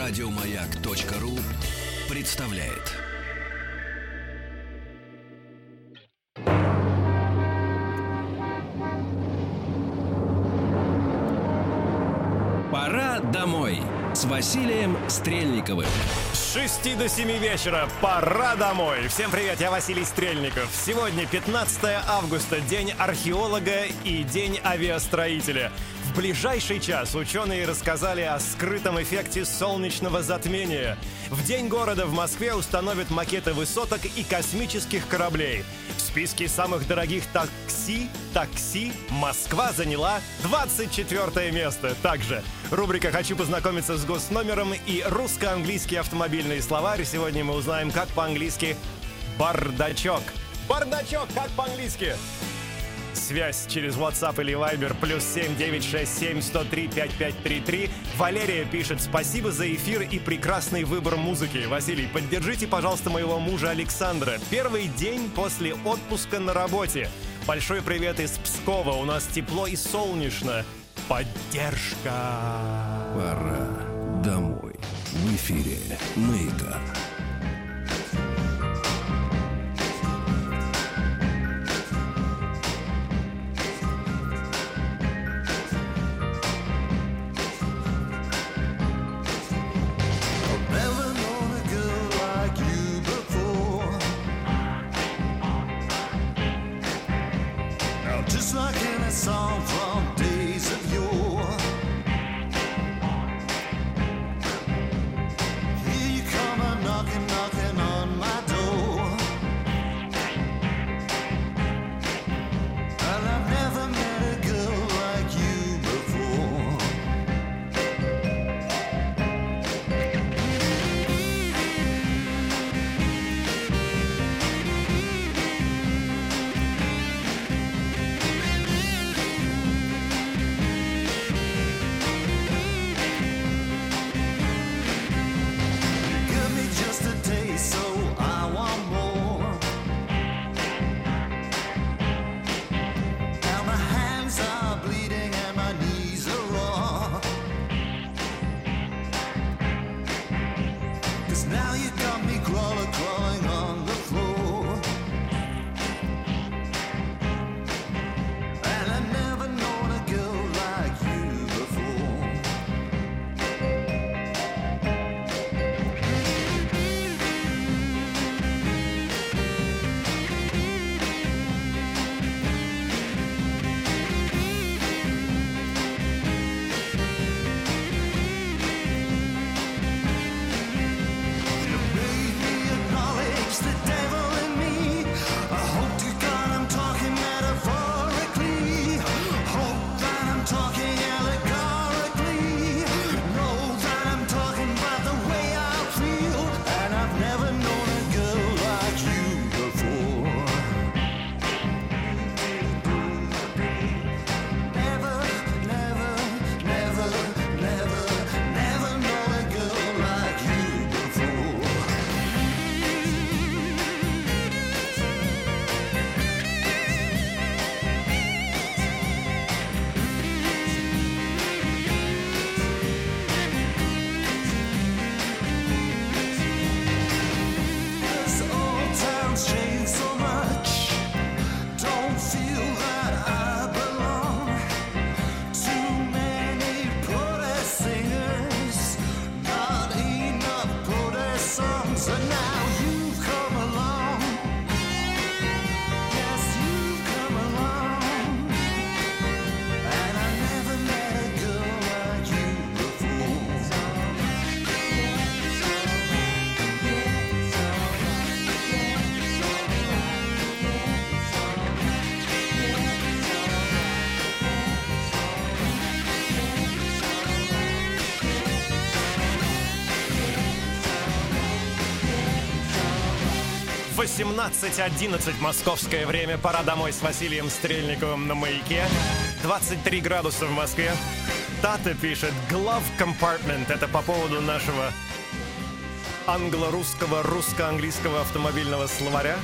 Радиомаяк.ру представляет. Пора домой с Василием Стрельниковым. С 6 до 7 вечера пора домой. Всем привет, я Василий Стрельников. Сегодня 15 августа, день археолога и день авиастроителя. В ближайший час ученые рассказали о скрытом эффекте солнечного затмения. В День города в Москве установят макеты высоток и космических кораблей. В списке самых дорогих такси Москва заняла 24 место. Также рубрика «Хочу познакомиться с госномером» и русско-английский автомобильный словарь. Сегодня мы узнаем, как по-английски «бардачок». Бардачок, как по-английски? Связь через WhatsApp или Viber +7 967 103 5533. Валерия пишет: спасибо за эфир и прекрасный выбор музыки. Василий, поддержите, пожалуйста, моего мужа Александра. Первый день после отпуска на работе. Большой привет из Пскова. У нас тепло и солнечно. Поддержка. Пора домой. В эфире Маяка. В 18:11 московское время. Пора домой с Василием Стрельниковым на Маяке. 23 градуса в Москве. Тата пишет: Glove Compartment. Это по поводу нашего англо-русского, русско-английского автомобильного словаря.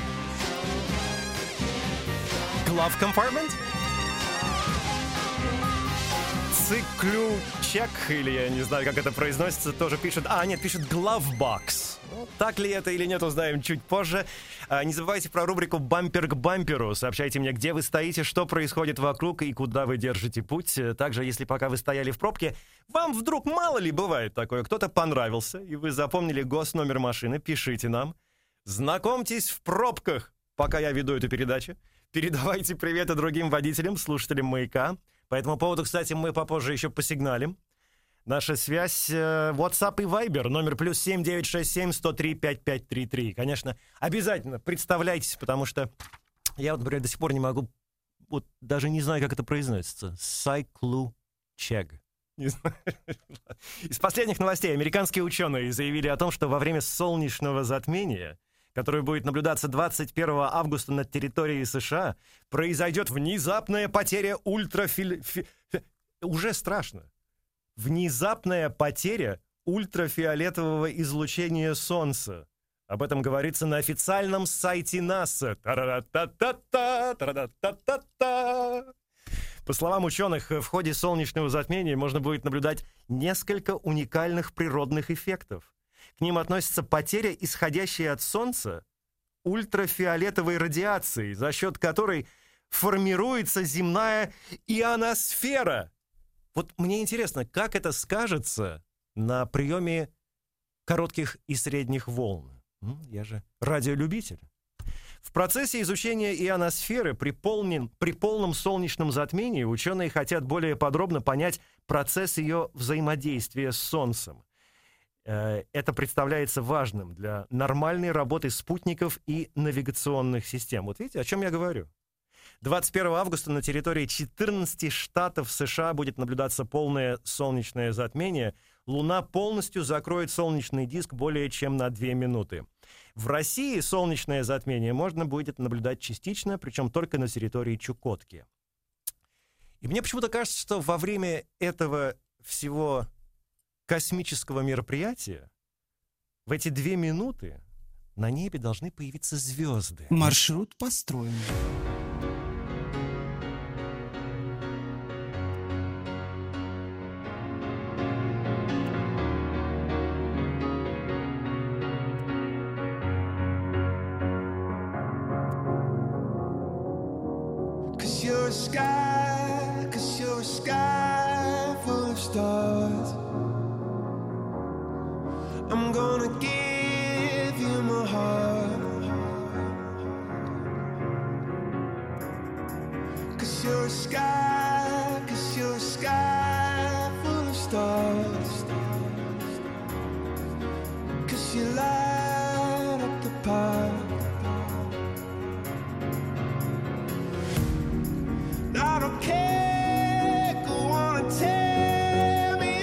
Glove Compartment? Циключек, или я не знаю, как это произносится, тоже пишет... пишет Glovebox. Ну, так ли это или нет, узнаем чуть позже. Не забывайте про рубрику «Бампер к бамперу». Сообщайте мне, где вы стоите, что происходит вокруг и куда вы держите путь. Также, если пока вы стояли в пробке, вам вдруг, мало ли бывает такое, кто-то понравился, и вы запомнили госномер машины, пишите нам. Знакомьтесь в пробках, пока я веду эту передачу. Передавайте приветы другим водителям, слушателям «Маяка». По этому поводу, кстати, мы попозже еще посигналим. Наша связь WhatsApp и Viber, номер +7 967 103 5533. Конечно, обязательно представляйтесь, потому что я вот, например, до сих пор не могу, вот даже не знаю, как это произносится. Циключек. Из последних новостей американские ученые заявили о том, что во время солнечного затмения, которое будет наблюдаться 21 августа на территории США, произойдет внезапная потеря Уже страшно. Внезапная потеря ультрафиолетового излучения Солнца. Об этом говорится на официальном сайте НАСА. По словам ученых, в ходе солнечного затмения можно будет наблюдать несколько уникальных природных эффектов. К ним относится потеря, исходящая от Солнца, ультрафиолетовой радиации, за счет которой формируется земная ионосфера. Вот мне интересно, как это скажется на приеме коротких и средних волн. Я же радиолюбитель. В процессе изучения ионосферы при полном солнечном затмении ученые хотят более подробно понять процесс ее взаимодействия с Солнцем. Это представляется важным для нормальной работы спутников и навигационных систем. Вот видите, о чем я говорю? 21 августа на территории 14 штатов США будет наблюдаться полное солнечное затмение. Луна полностью закроет солнечный диск более чем на 2 минуты. В России солнечное затмение можно будет наблюдать частично, причем только на территории Чукотки. И мне почему-то кажется, что во время этого всего космического мероприятия в эти 2 минуты на небе должны появиться звезды. Маршрут построен. You're a sky full of stars. I'm gonna give you my heart. 'Cause you're a sky full of stars. 'Cause you light up the park. I don't care, go on and tear me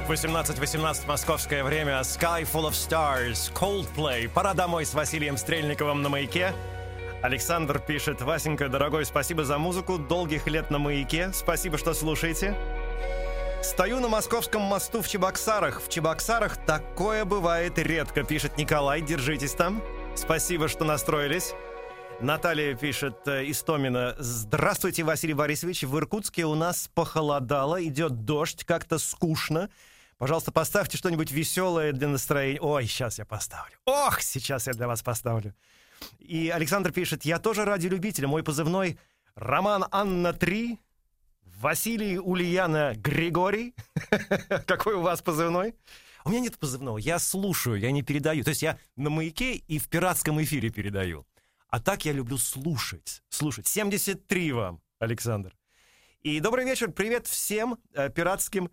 18:18 московское время. Sky Full of Stars, Coldplay. Пора домой с Василием Стрельниковым на «Маяке». Александр пишет: Васенька, дорогой, спасибо за музыку. Долгих лет на «Маяке». Спасибо, что слушаете. Стою на Московском мосту в Чебоксарах. В Чебоксарах такое бывает редко, пишет Николай. Держитесь там. Спасибо, что настроились. Наталья пишет из Томина: здравствуйте, Василий Борисович. В Иркутске у нас похолодало, идет дождь, как-то скучно. Пожалуйста, поставьте что-нибудь веселое для настроения. Ой, сейчас я поставлю. Ох, сейчас я для вас поставлю. И Александр пишет: я тоже радиолюбитель. Мой позывной Роман Анна 3, Василий Ульяна Григорий. Какой у вас позывной? У меня нет позывного. Я слушаю, я не передаю. То есть я на «Маяке» и в пиратском эфире передаю. А так я люблю слушать. 73 вам, Александр. И добрый вечер, привет всем питерским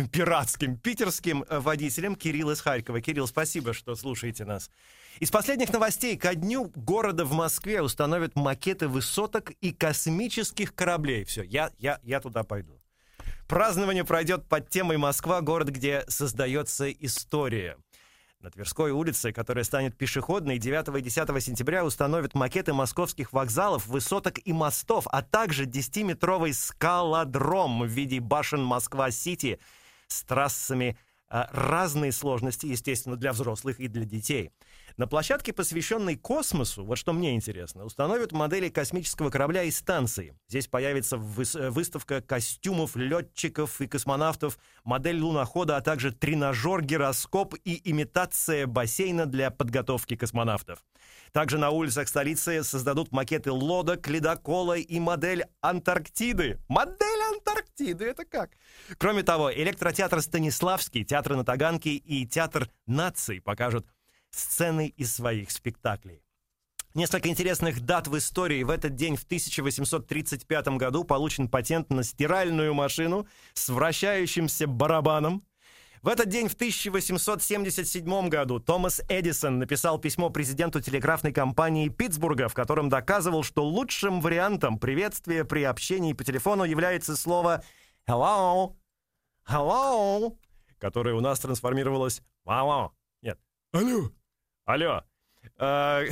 водителям. Кирилл из Харькова. Кирилл, спасибо, что слушаете нас. Из последних новостей: ко дню города в Москве установят макеты высоток и космических кораблей. Все, я туда пойду. Празднование пройдет под темой «Москва. Город, где создается история». На Тверской улице, которая станет пешеходной, 9 и 10 сентября установят макеты московских вокзалов, высоток и мостов, а также 10-метровый скалодром в виде башен Москва-Сити с трассами разной сложности, естественно, для взрослых и для детей. На площадке, посвященной космосу, вот что мне интересно, установят модели космического корабля и станции. Здесь появится выставка костюмов летчиков и космонавтов, модель лунохода, а также тренажер-гироскоп и имитация бассейна для подготовки космонавтов. Также на улицах столицы создадут макеты лодок, ледокола и модель Антарктиды. Модель Антарктиды, это как? Кроме того, электротеатр Станиславский, театр на Таганке и театр наций покажут сцены из своих спектаклей. Несколько интересных дат в истории. В этот день, в 1835 году, получен патент на стиральную машину с вращающимся барабаном. В этот день, в 1877 году, Томас Эдисон написал письмо президенту телеграфной компании Питтсбурга, в котором доказывал, что лучшим вариантом приветствия при общении по телефону является слово «hello», «hello», которое у нас трансформировалось в «алло». Нет, «алло». Алло. В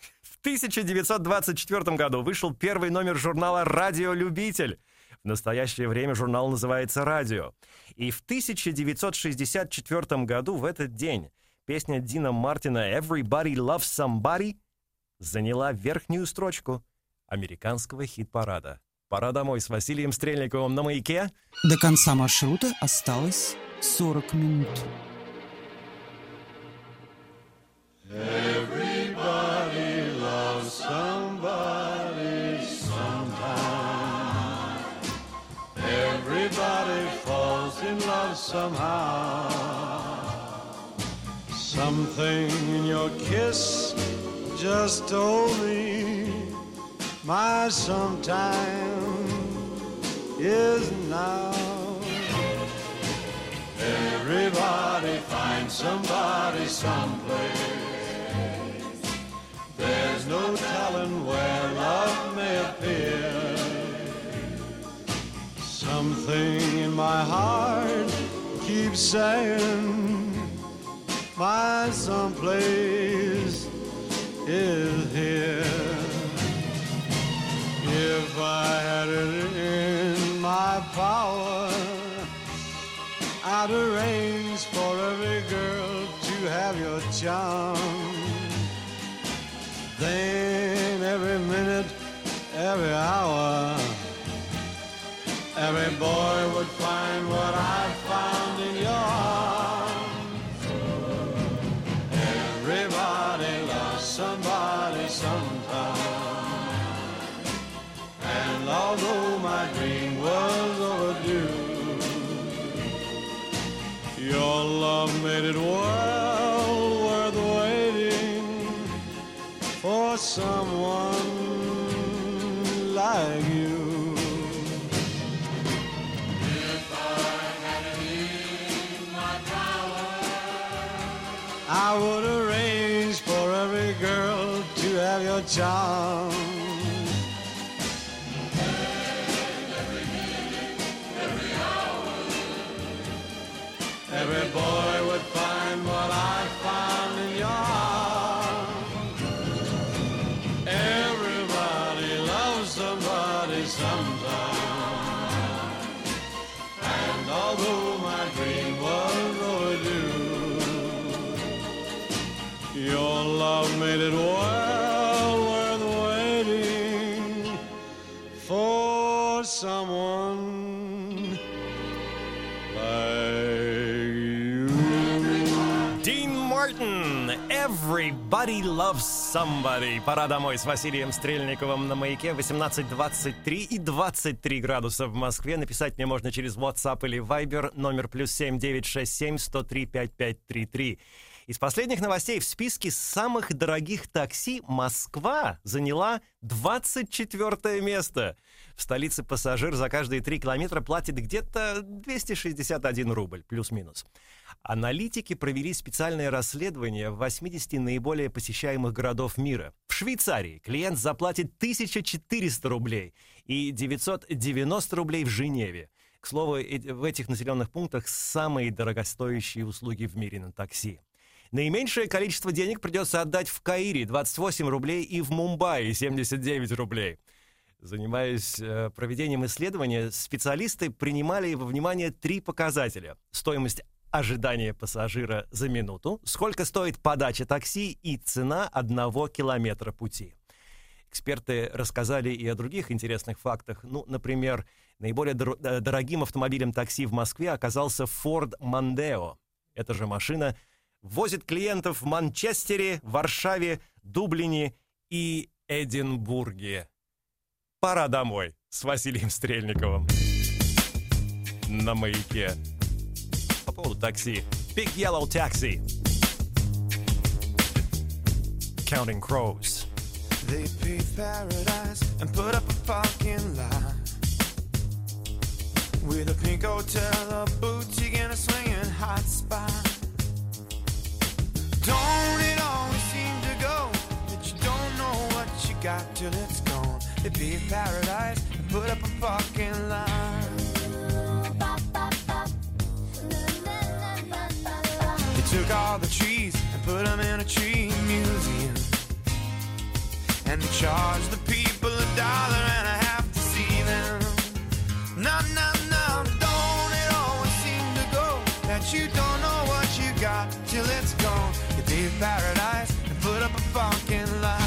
1924 году вышел первый номер журнала «Радиолюбитель». В настоящее время журнал называется «Радио». И в 1964 году в этот день песня Дина Мартина «Everybody Loves Somebody» заняла верхнюю строчку американского хит-парада. Пора домой с Василием Стрельниковым на «Маяке». До конца маршрута осталось 40 минут. Everybody loves somebody sometime. Everybody falls in love somehow. Something in your kiss just told me my sometime is now. Everybody finds somebody someplace. There's no telling where love may appear. Something in my heart keeps saying my someplace is here. If I had it in my power, I'd arrange for every girl to have your charm. Then every minute, every hour, every boy would find what I found in your arms. Everybody loves somebody sometime. And although my dream was overdue, your love made it well worth waiting for someone like you. If I had it in my power, I would arrange for every girl to have your charm. And every minute, every hour, every well worth waiting for someone like you. Дин Мартин, Everybody Loves Somebody. Пора домой с Василием Стрельниковым на Маяке. 18:23 и 23 градуса в Москве. Написать мне можно через WhatsApp или Viber, номер +7 967 103 5533. Из последних новостей: в списке самых дорогих такси Москва заняла 24 место. В столице пассажир за каждые 3 километра платит где-то 261 рубль, плюс-минус. Аналитики провели специальное расследование в 80 наиболее посещаемых городов мира. В Швейцарии клиент заплатит 1400 рублей и 990 рублей в Женеве. К слову, в этих населенных пунктах самые дорогостоящие услуги в мире на такси. Наименьшее количество денег придется отдать в Каире — 28 рублей, и в Мумбаи — 79 рублей. Занимаясь проведением исследования, специалисты принимали во внимание 3 показателя: стоимость ожидания пассажира за минуту, сколько стоит подача такси и цена 1 километра пути. Эксперты рассказали и о других интересных фактах. Например, наиболее дорогим автомобилем такси в Москве оказался Ford Mondeo. Эта же машина возит клиентов в Манчестере, Варшаве, Дублине и Эдинбурге. Пора домой с Василием Стрельниковым на Маяке. По поводу такси. Big Yellow Taxi. Counting Crows. They paved paradise and put up a parking lot with a pink hotel, a boutique, and a swinging hot spot. Don't it always seem to go that you don't know what you got till it's gone? They paved paradise and put up a parking lot. They took all the trees and put them in a tree museum, and they charged the people $1.50 to see them. No, no, no, don't it always seem to go that you don't know what you got till it's gone? They paved paradise and put up a parking lot.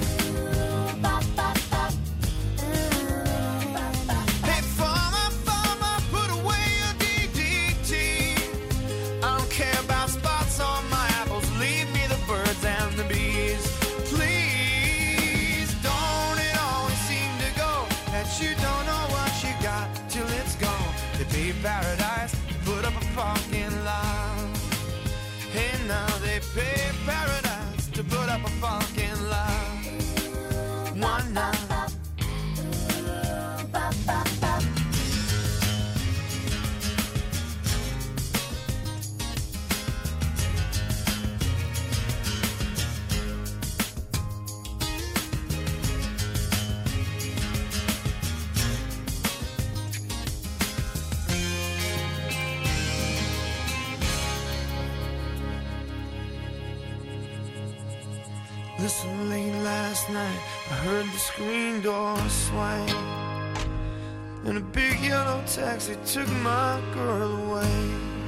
Hey, farmer, put away your DDT. I don't care about spots on my apples. Leave me the birds and the bees. Please, don't it always seem to go that you don't know what you got till it's gone? They paved paradise and put up a parking lot. Hey, now they paved paradise to put up a parking lot. One night. Listen, late last night I heard the screen door swing, and a big yellow taxi took my girl away.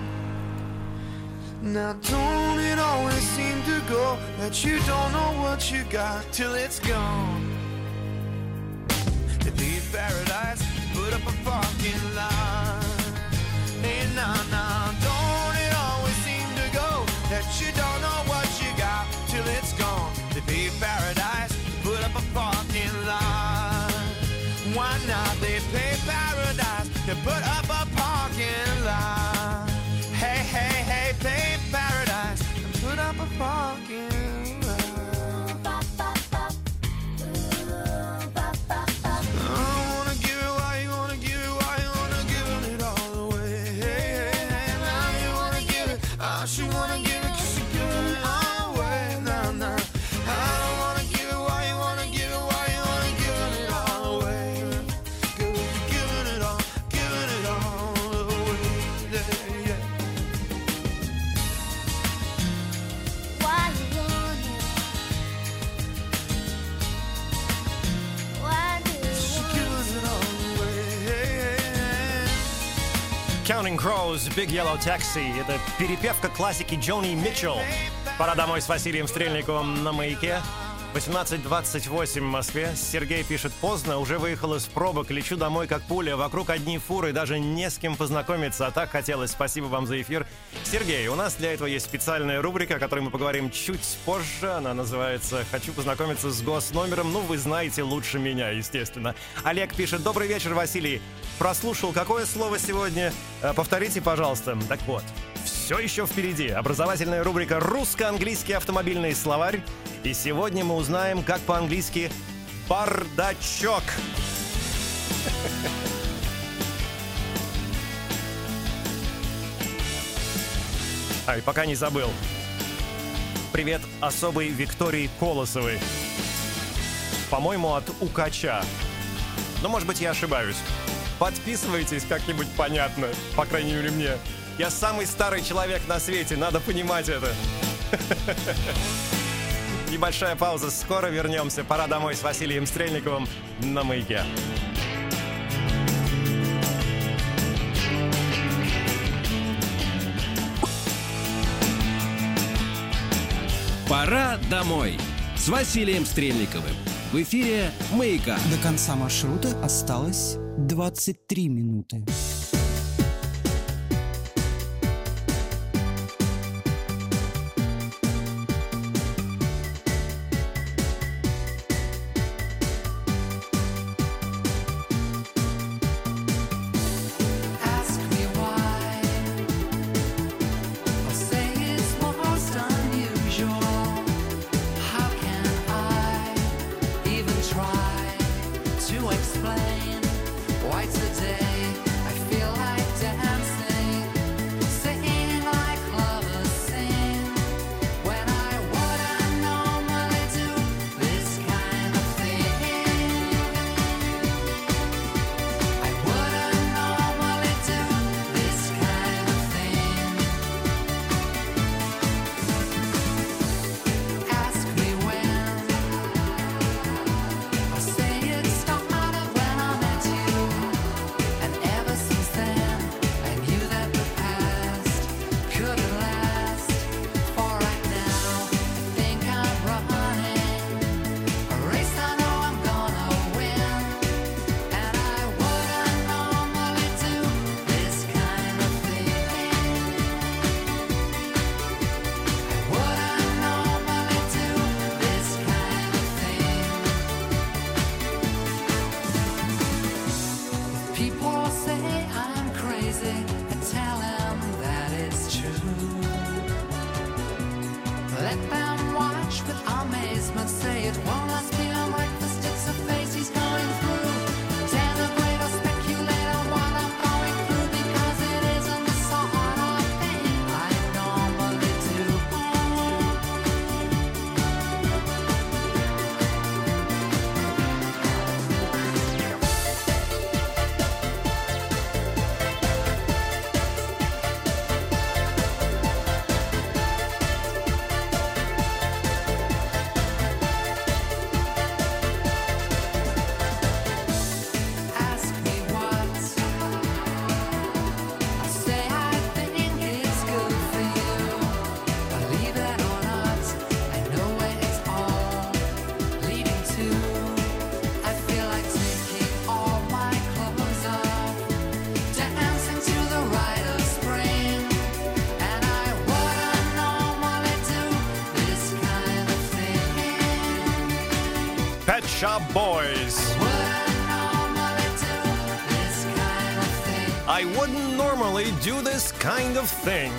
Now don't it always seem to go that you don't know what you got till it's gone? They leave paradise, put up a parking lot. Hey, nah, nah, don't it always seem to go that you don't know what you got till it's gone? They pay paradise, put up a parking lot. Why not? They pay paradise to put up a parking lot. Hey, hey, hey, pay paradise and put up a parking lot. I don't wanna give it, why you wanna give it, why you wanna give it all away? Hey, hey, hey, now you wanna give it, I should wanna give it, 'cause you're giving it all away. Nah, nah. I don't wanna give it, why you wanna give it, why you wanna give it all away? Giving it all away, yeah, yeah. Why you want it? Why do you She want gives it all away, hey, hey, hey. Counting Crows, Big Yellow Taxi. Это перепевка классики Джони Митчелл. Пора домой с Василием Стрельниковым на Маяке. 18:28 в Москве. Сергей пишет: поздно, уже выехал из пробок, лечу домой как пуля, вокруг одни фуры, даже не с кем познакомиться, а так хотелось. Спасибо вам за эфир. Сергей, у нас для этого есть специальная рубрика, о которой мы поговорим чуть позже. Она называется «Хочу познакомиться с госномером». Ну, вы знаете лучше меня, естественно. Олег пишет: добрый вечер, Василий. Прослушал, какое слово сегодня? Повторите, пожалуйста. Так вот, все еще впереди. Образовательная рубрика «Русско-английский автомобильный словарь». И сегодня мы узнаем, как по-английски «бардачок». И пока не забыл. Привет особой Виктории Колосовой. По-моему, от Укача. Но, может быть, я ошибаюсь. Подписывайтесь, как-нибудь понятно. По крайней мере, мне. Я самый старый человек на свете, надо понимать это. Небольшая пауза, скоро вернемся. Пора домой с Василием Стрельниковым на «Маяке». Пора домой с Василием Стрельниковым. В эфире «Маяка». До конца маршрута осталось 23 минуты. Explain why today I feel like dancing. Pet Shop Boys. I wouldn't normally do this kind of thing.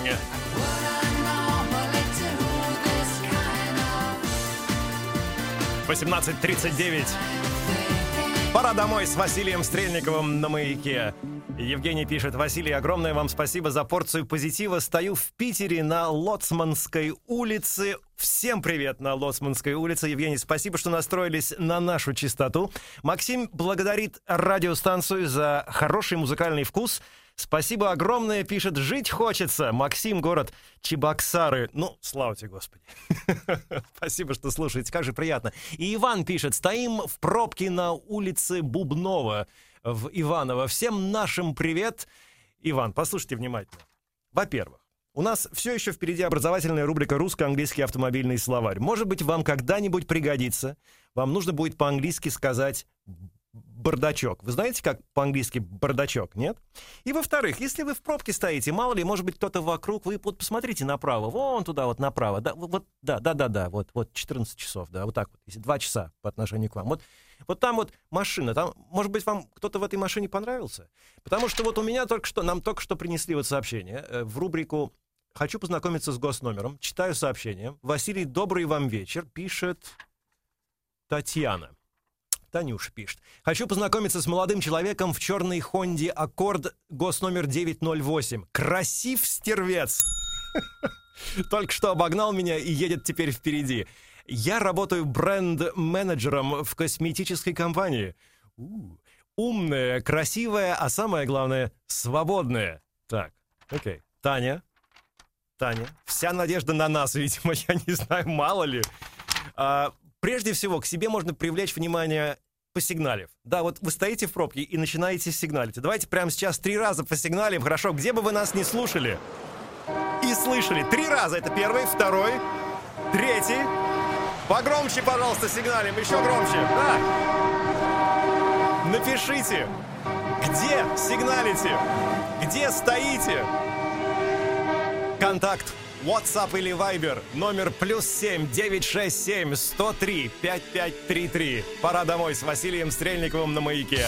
18:39. Пора домой с Василием Стрельниковым на «Маяке». Евгений пишет: Василий, огромное вам спасибо за порцию позитива. Стою в Питере на Лоцманской улице. Всем привет на Лоцманской улице. Евгений, спасибо, что настроились на нашу частоту. Максим благодарит радиостанцию за хороший музыкальный вкус. Спасибо огромное, пишет, жить хочется. Максим, город Чебоксары. Ну, слава тебе, Господи. Спасибо, что слушаете, как же приятно. И Иван пишет: стоим в пробке на улице Бубнова в Иваново. Всем нашим привет. Иван, послушайте внимательно. Во-первых, У нас все еще впереди образовательная рубрика «Русско-английский автомобильный словарь». Может быть, вам когда-нибудь пригодится. Вам нужно будет по-английски сказать «бардачок». Вы знаете, как по-английски «бардачок», нет? И, во-вторых, если вы в пробке стоите, мало ли, может быть, кто-то вокруг, вы вот посмотрите направо, вон туда вот направо. Да, вот 14 часов, да, вот так вот, если 2 часа по отношению к вам. Вот там вот машина, там, может быть, вам кто-то в этой машине понравился? Потому что вот у меня нам только что принесли вот сообщение в рубрику «Хочу познакомиться с госномером». Читаю сообщение. Василий, добрый вам вечер, пишет Татьяна. Танюша пишет. Хочу познакомиться с молодым человеком в черной Хонде Аккорд, госномер 908. Красив стервец. Только что обогнал меня и едет теперь впереди. Я работаю бренд-менеджером в косметической компании. Умная, красивая, а самое главное, свободная. Так, окей. Таня, вся надежда на нас, видимо, я не знаю, мало ли. Прежде всего, к себе можно привлечь внимание, посигналив. Да, вот вы стоите в пробке и начинаете сигналить. Давайте прямо сейчас 3 раза посигналим, хорошо? Где бы вы нас не слушали и слышали. 3 раза. Это первый, второй, третий. Погромче, пожалуйста, сигналим. Еще громче. Да. Напишите, где сигналите, где стоите. Контакт. WhatsApp или Viber, номер +7 967 103 5533. Пора домой с Василием Стрельниковым на Маяке.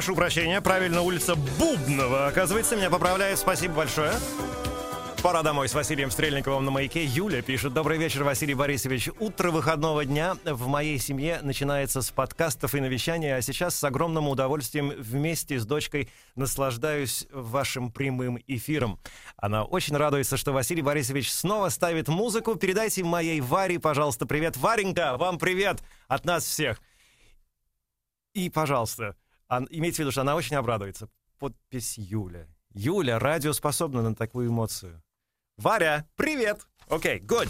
прошу прощения, правильно, улица Бубнова. Оказывается, меня поправляет. Спасибо большое. Пора домой с Василием Стрельниковым на «Маяке». Юля пишет: добрый вечер, Василий Борисович. Утро выходного дня в моей семье начинается с подкастов и навещания, а сейчас с огромным удовольствием вместе с дочкой наслаждаюсь вашим прямым эфиром. Она очень радуется, что Василий Борисович снова ставит музыку. Передайте моей Варе, пожалуйста, привет. Варенька, вам привет от нас всех. И, пожалуйста, имейте в виду, что она очень обрадуется. Подпись Юля. Юля радиоспособна на такую эмоцию. Варя, привет! Окей, good.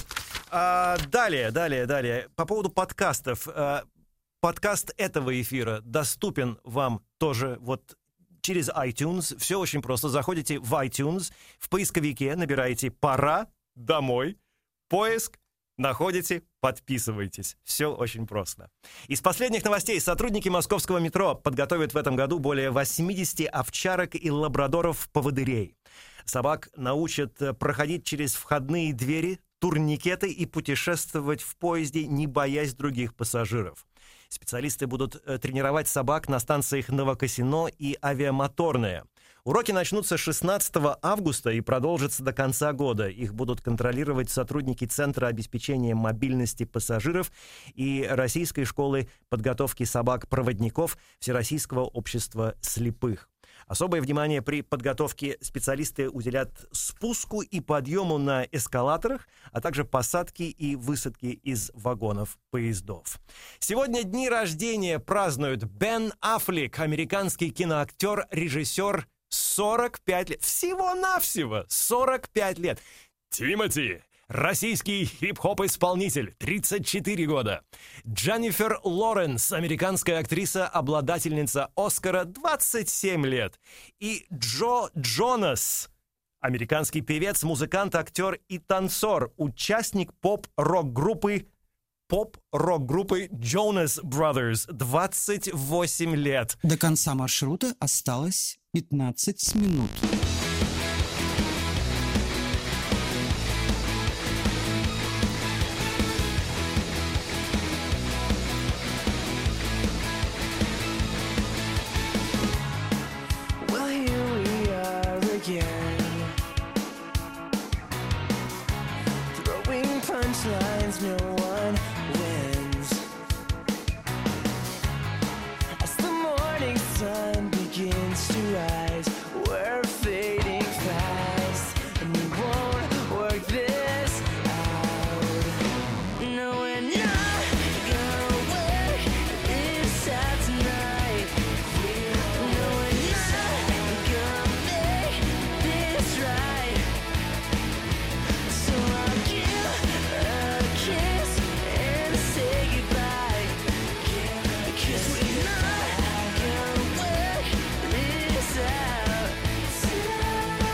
Далее. По поводу подкастов. Подкаст этого эфира доступен вам тоже вот через iTunes. Все очень просто. Заходите в iTunes, в поисковике набираете «Пора домой», поиск, находите, подписывайтесь. Все очень просто. Из последних новостей. Сотрудники московского метро подготовят в этом году более 80 овчарок и лабрадоров-поводырей. Собак научат проходить через входные двери, турникеты и путешествовать в поезде, не боясь других пассажиров. Специалисты будут тренировать собак на станциях Новокосино и Авиамоторная. Уроки начнутся 16 августа и продолжатся до конца года. Их будут контролировать сотрудники Центра обеспечения мобильности пассажиров и Российской школы подготовки собак-проводников Всероссийского общества слепых. Особое внимание при подготовке специалисты уделят спуску и подъему на эскалаторах, а также посадке и высадке из вагонов поездов. Сегодня дни рождения празднуют Бен Аффлек, американский киноактер, режиссер, 45 лет. Всего-навсего 45 лет. Тимоти, российский хип-хоп-исполнитель, 34 года. Дженнифер Лоренс, американская актриса, обладательница Оскара, 27 лет. И Джо Джонас, американский певец, музыкант, актер и танцор, участник поп-рок-группы Jonas Brothers, 28 лет. До конца маршрута осталось 15 минут. Well, here we are again, throwing punchlines, no one wins. As the morning sun begins to rise, we're fading fast, and we won't work this out. No, we're not gonna work this out tonight. No, we're not gonna make this right. So I'll give a kiss and say goodbye. 'Cause we're not gonna work this out tonight.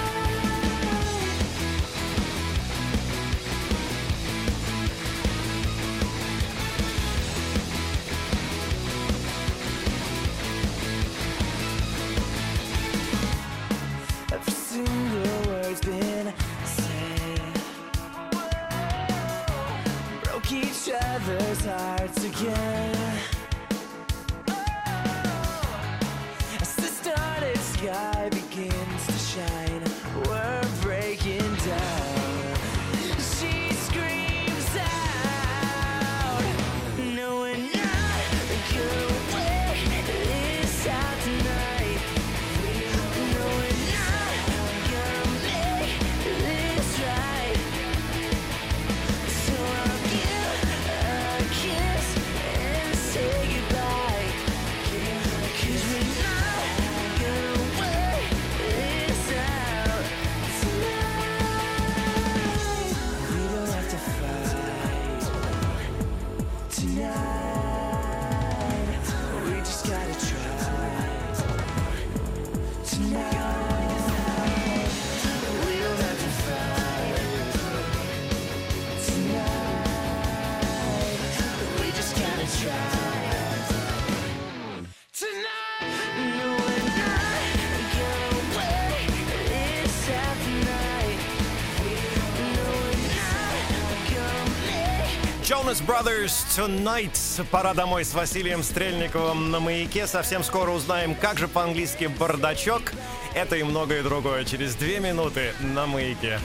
Every single word's been said, broke each other's hearts again. As the starlit sky begins to shine, we're breaking down. She screams out, no, we're not gonna work this out tonight. No, we're not gonna make this right. So I'll give a kiss and say goodbye. 'Cause we're not gonna work this out. Jonas Brothers Tonight. Пора домой с Василием Стрельниковым на Маяке. Совсем скоро узнаем, как же по-английски бардачок. Это и многое другое через 2 минуты на Маяке.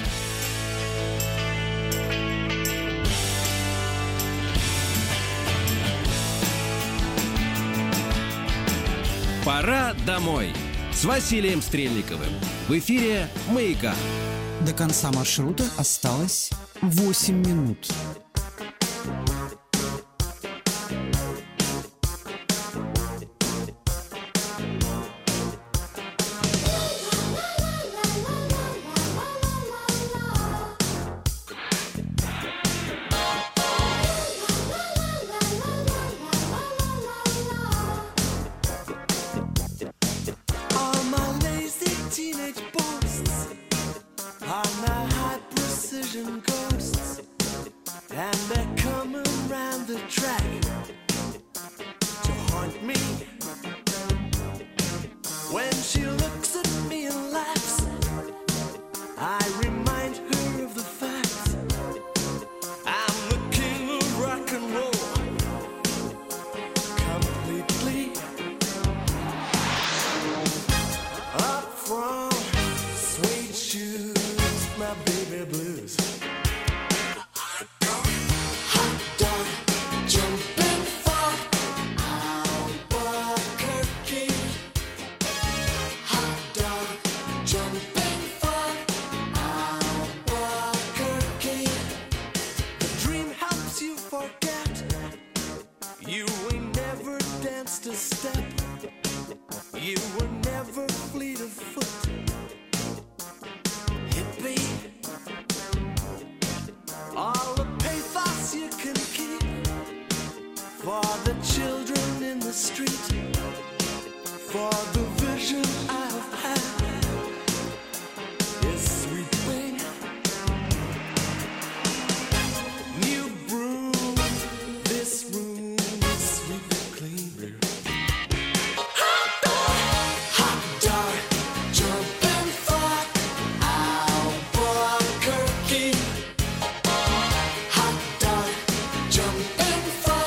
Пора домой с Василием Стрельниковым. В эфире «Маяка». До конца маршрута осталось 8 минут. All my lazy teenage boasts are now high-precision ghosts, and they're coming round the track to haunt me. When she looks at me and laughs, I remind her of the fact I'm the king of rock and roll, completely. Up from suede shoes, my baby blues. Hot dog, jumping for Albuquerque. Hot dog, jumping for Albuquerque. The dream helps you forget. You ain't never danced a step. You were never fleet of foot, hippie. All the pathos you can keep for the children in the street, for the vision I've had is sweeping. New broom, this room is sweeping clean. Hot dog, jumping for Albuquerque. Hot dog, jumping for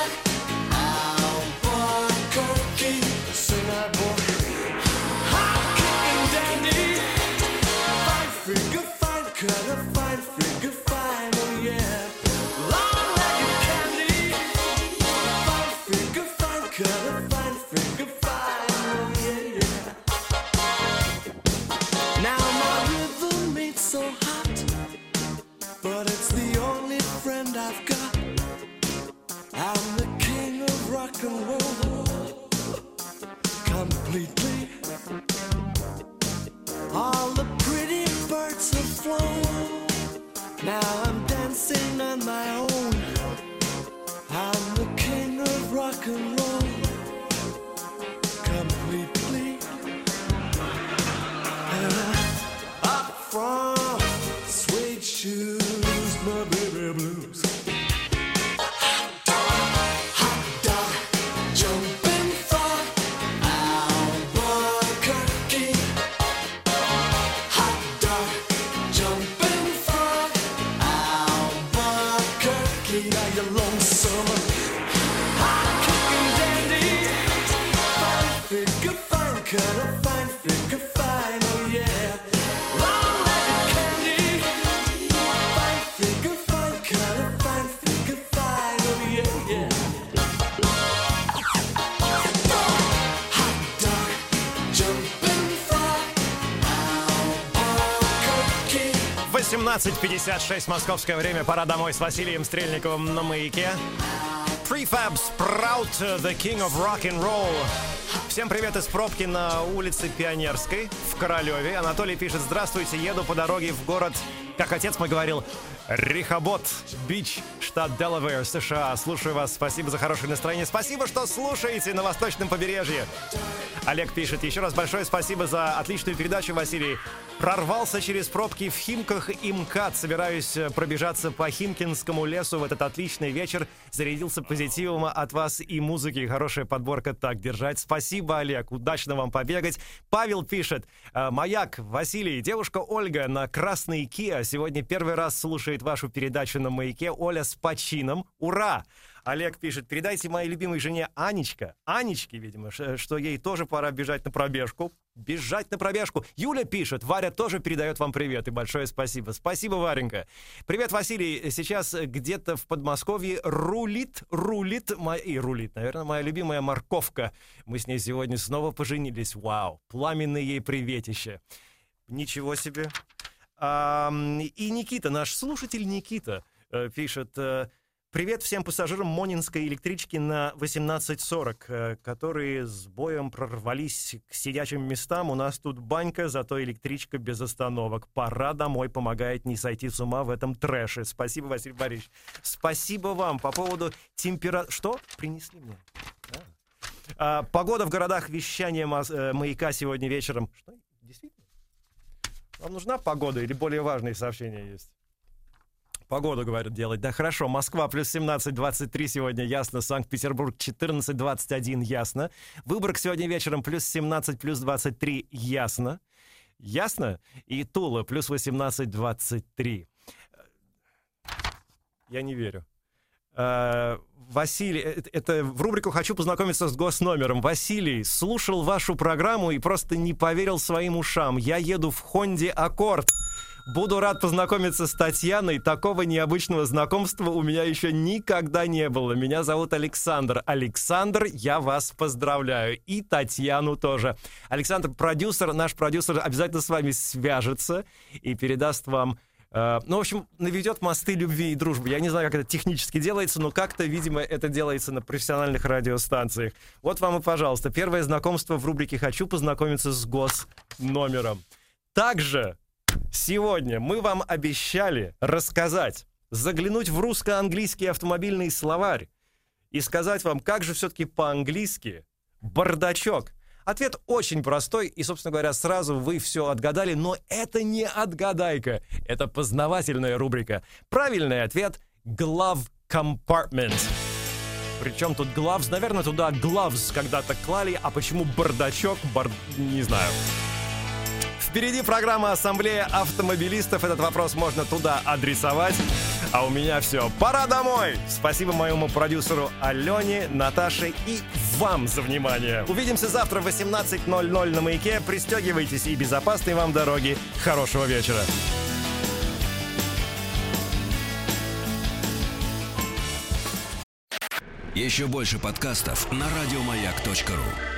Albuquerque. Sing that boy. Hot kicking dandy. Fine figure, fine cutter, fine figure, fine, oh yeah. Long-legged candy. Fine figure, fine cutter, fine figure, fine, oh yeah, yeah. Now my rhythm ain't so hot, but it's the only friend I've got. I'm the king of rock and roll, completely. All the pretty birds have flown. Now I'm dancing on my own. I'm the king of rock and roll, completely. Up from suede shoes, my baby blues. Hot dog, jumping for Albuquerque. Hot dog, jumping for Albuquerque. Now you're lonesome. Hot kicking dandy. Fine figure, fine cutter, fine figure, fine, oh yeah. Long-legged candy. Fine figure, fine cutter, fine figure, fine, oh yeah, yeah. Hot dog, jumping for Albuquerque. 18:56 московское время. Пора домой с Василием Стрельниковым на Маяке. Prefab Sprout, the king of rock and roll. Всем привет из пробки на улице Пионерской в Королеве. Анатолий пишет: здравствуйте, еду по дороге в город, как отец мой говорил, Рехобот Бич, штат Делавэр, США. Слушаю вас, спасибо за хорошее настроение. Спасибо, что слушаете на восточном побережье. Олег пишет: еще раз большое спасибо за отличную передачу, Василий. Прорвался через пробки в Химках и МКАД. Собираюсь пробежаться по Химкинскому лесу в этот отличный вечер. Зарядился позитивом от вас и музыки. Хорошая подборка, так держать. Спасибо, Олег. Удачно вам побегать. Павел пишет: Маяк, Василий, девушка Ольга на красный Kia Сегодня первый раз слушает вашу передачу на «Маяке». Оля с почином. Ура! Олег пишет, передайте моей любимой жене Анечке, видимо, что ей тоже пора бежать на пробежку. Бежать на пробежку. Юля пишет, Варя тоже передает вам привет и большое спасибо. Спасибо, Варенька. Привет, Василий. Сейчас где-то в Подмосковье рулит, наверное, моя любимая морковка. Мы с ней сегодня снова поженились. Вау, пламенное ей приветище. Ничего себе. И Никита, наш слушатель Никита, пишет... Привет всем пассажирам Монинской электрички на 18:40, которые с боем прорвались к сидячим местам. У нас тут банька, зато электричка без остановок. Пора домой, помогает не сойти с ума в этом трэше. Спасибо, Василий Борисович. Спасибо вам. По поводу температуры... Что? Принесли мне? Погода в городах, вещания «Маяка» сегодня вечером. Что? Действительно? Вам нужна погода или более важные сообщения есть? Погоду, говорят, делать. Да, хорошо. Москва плюс 17-23 сегодня, ясно. Санкт-Петербург 14-21, ясно. Выборг сегодня вечером плюс 17, плюс 23, ясно. Ясно? И Тула плюс 18-23. Я не верю. Василий, это в рубрику «Хочу познакомиться с госномером». Василий, слушал вашу программу и просто не поверил своим ушам. Я еду в Хонде Аккорд. Буду рад познакомиться с Татьяной. Такого необычного знакомства у меня еще никогда не было. Меня зовут Александр. Александр, я вас поздравляю. И Татьяну тоже. Александр, наш продюсер обязательно с вами свяжется и передаст вам... в общем, наведет мосты любви и дружбы. Я не знаю, как это технически делается, но как-то, видимо, это делается на профессиональных радиостанциях. Вот вам и, пожалуйста, первое знакомство в рубрике «Хочу познакомиться с госномером». Также... Сегодня мы вам обещали рассказать, заглянуть в русско-английский автомобильный словарь и сказать вам, как же все-таки по-английски бардачок. Ответ очень простой, и, собственно говоря, сразу вы все отгадали, но это не отгадайка, это познавательная рубрика. Правильный ответ — glove compartment. Причем тут gloves, наверное, туда gloves когда-то клали, а почему бардачок, не знаю. Впереди программа «Ассамблея автомобилистов». Этот вопрос можно туда адресовать. А у меня все. Пора домой! Спасибо моему продюсеру Алене, Наташе и вам за внимание. Увидимся завтра в 18:00 на «Маяке». Пристегивайтесь и безопасной вам дороги. Хорошего вечера. Еще больше подкастов на радиомаяк.ру.